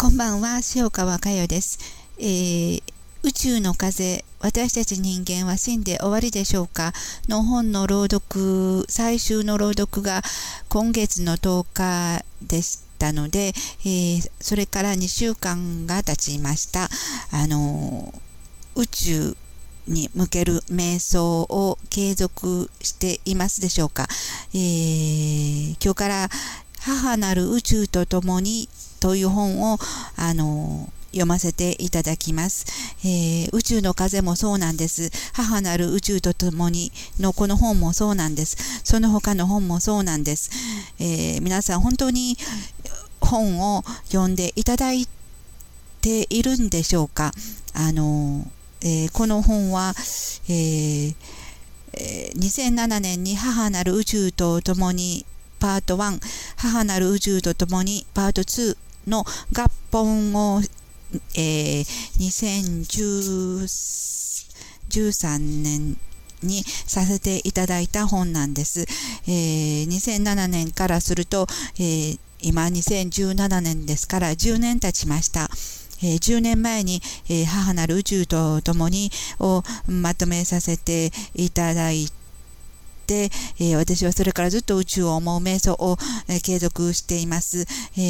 こんばんは、塩川佳代です。宇宙の風、私たち人間は死んで終わりでしょうかの本の朗読、最終の朗読が今月の10日でしたので、それから2週間が経ちました。宇宙に向ける瞑想を継続していますでしょうか。今日から母なる宇宙とともにという本を読ませていただきます。宇宙の風もそうなんです。母なる宇宙とともにのこの本もそうなんです。その他の本もそうなんです。皆さん本当に本を読んでいただいているんでしょうか。この本は、2007年に母なる宇宙とともにパート1、母なる宇宙とともにパート2の合本を、2013年にさせていただいた本なんです。2007年からすると、今2017年ですから10年経ちました。10年前に、母なる宇宙とともにをまとめさせていただいて、私はそれからずっと宇宙を思う瞑想を、継続しています。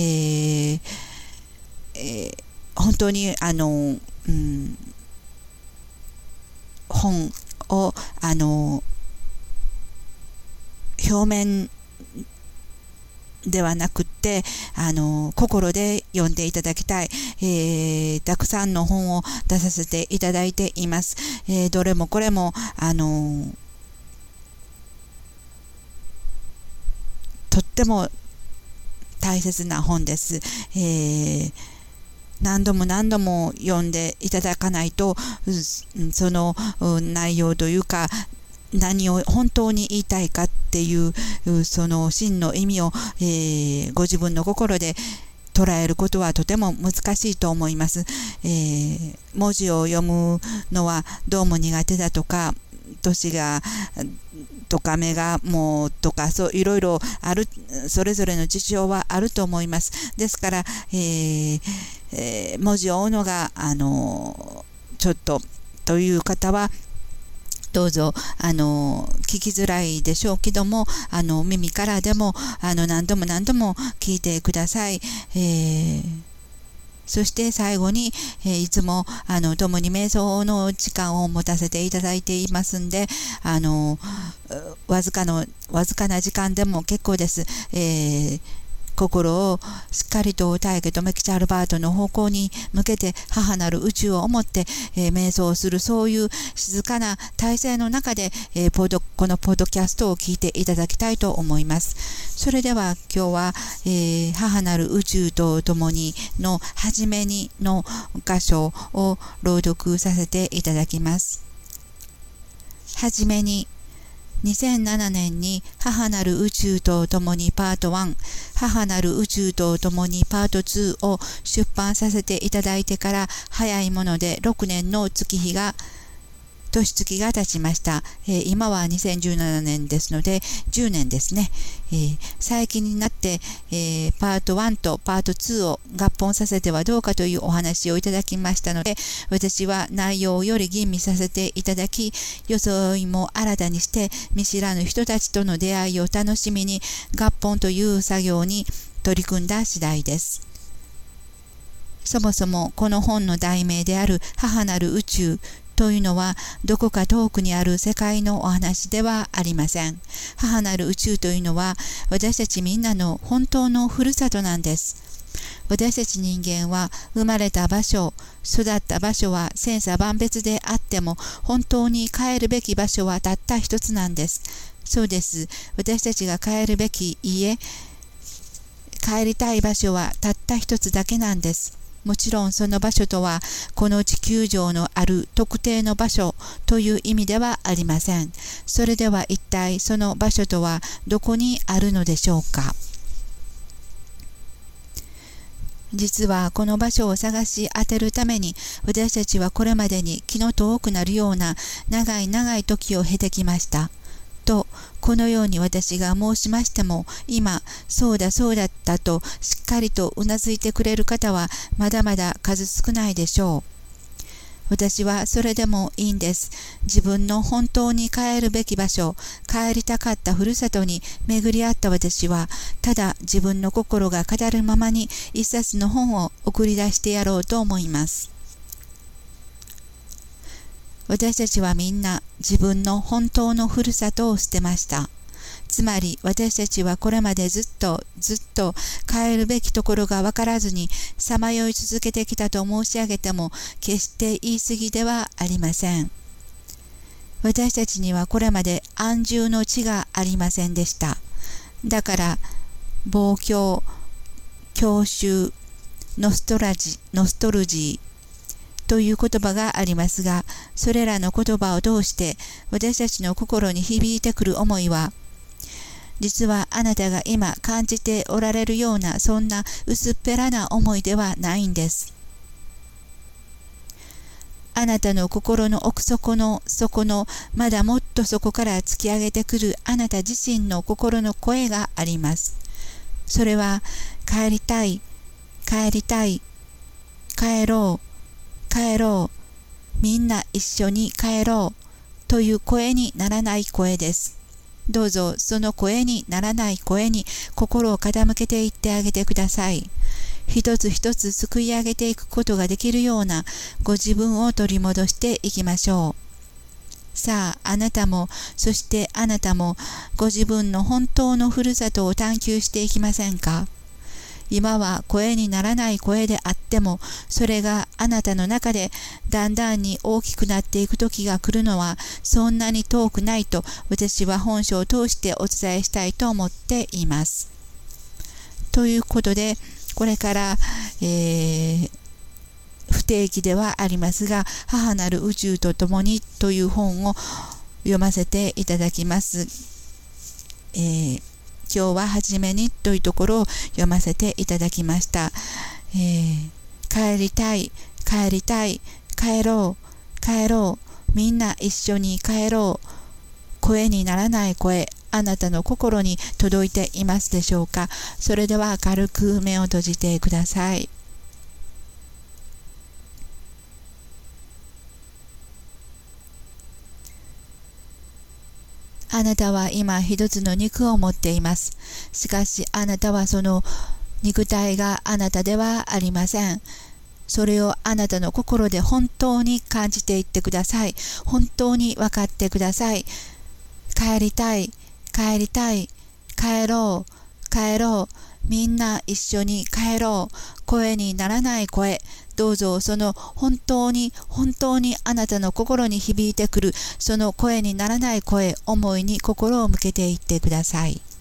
本当に本を表面ではなくって心で読んでいただきたい、たくさんの本を出させていただいています。どれもこれもとっても大切な本です。何度も何度も読んでいただかないとその内容というか何を本当に言いたいかっていうその真の意味を、ご自分の心で捉えることはとても難しいと思います。文字を読むのはどうも苦手だとか年がとか目がもうとかそういろいろある、それぞれの事情はあると思います。ですから、文字を追うのがちょっとという方はどうぞ聞きづらいでしょうけども耳からでも何度も何度も聞いてください。そして最後に、いつも共に瞑想の時間を持たせていただいていますんでわずかな時間でも結構です。心をしっかりと大家とメキチャ・アルバートの方向に向けて母なる宇宙を思って、瞑想するそういう静かな体制の中で、このポッドキャストを聞いていただきたいと思います。それでは今日は、母なる宇宙とともにの初めにの箇所を朗読させていただきます。はじめに2007年に母なる宇宙とともにパート1、母なる宇宙とともにパート2を出版させていただいてから早いもので6年の年月が経ちました。今は2017年ですので10年ですね。最近になって、パート1とパート2を合本させてはどうかというお話をいただきましたので、私は内容をより吟味させていただき、装いも新たにして見知らぬ人たちとの出会いを楽しみに合本という作業に取り組んだ次第です。そもそもこの本の題名である母なる宇宙というのはどこか遠くにある世界のお話ではありません。母なる宇宙というのは私たちみんなの本当のふるさとなんです。私たち人間は生まれた場所、育った場所は千差万別であっても本当に帰るべき場所はたった一つなんです。そうです。私たちが帰るべき家、帰りたい場所はたった一つだけなんです。もちろんその場所とはこの地球上のある特定の場所という意味ではありません。それでは一体その場所とはどこにあるのでしょうか。実はこの場所を探し当てるために私たちはこれまでに気の遠くなるような長い長い時を経てきました。 とこのように私が申しましても、今、そうだそうだったとしっかりとうなずいてくれる方はまだまだ数少ないでしょう。私はそれでもいいんです。自分の本当に帰るべき場所、帰りたかったふるさとに巡り合った私は、ただ自分の心が語るままに一冊の本を送り出してやろうと思います。私たちはみんな自分の本当のふるさとを捨てました。つまり私たちはこれまでずっと帰るべきところが分からずにさまよい続けてきたと申し上げても決して言い過ぎではありません。私たちにはこれまで安住の地がありませんでした。だから望郷、郷愁、ノストルジーという言葉がありますが、それらの言葉を通して私たちの心に響いてくる思いは、実はあなたが今感じておられるようなそんな薄っぺらな思いではないんです。あなたの心の奥底のまだもっとそこから突き上げてくるあなた自身の心の声があります。それは帰りたい、帰りたい、帰ろう、帰ろう、みんな一緒に帰ろうという声にならない声です。どうぞその声にならない声に心を傾けていってあげてください。一つ一つすくい上げていくことができるようなご自分を取り戻していきましょう。さあ、あなたも、そしてあなたもご自分の本当のふるさとを探求していきませんか？今は声にならない声であっても、それがあなたの中でだんだんに大きくなっていく時が来るのはそんなに遠くないと私は本書を通してお伝えしたいと思っています。ということで、これから、不定期ではありますが、母なる宇宙とともにという本を読ませていただきます。今日は初めにというところを読ませていただきました。帰りたい、帰りたい、帰ろう、帰ろう、みんな一緒に帰ろう。声にならない声、あなたの心に届いていますでしょうか？それでは軽く目を閉じてください。あなたは今一つの肉を持っています。しかしあなたはその肉体があなたではありません。それをあなたの心で本当に感じていってください。本当に分かってください。帰りたい、帰りたい、帰ろう、帰ろう、みんな一緒に帰ろう。声にならない声、どうぞその本当にあなたの心に響いてくるその声にならない声、思いに心を向けていってください。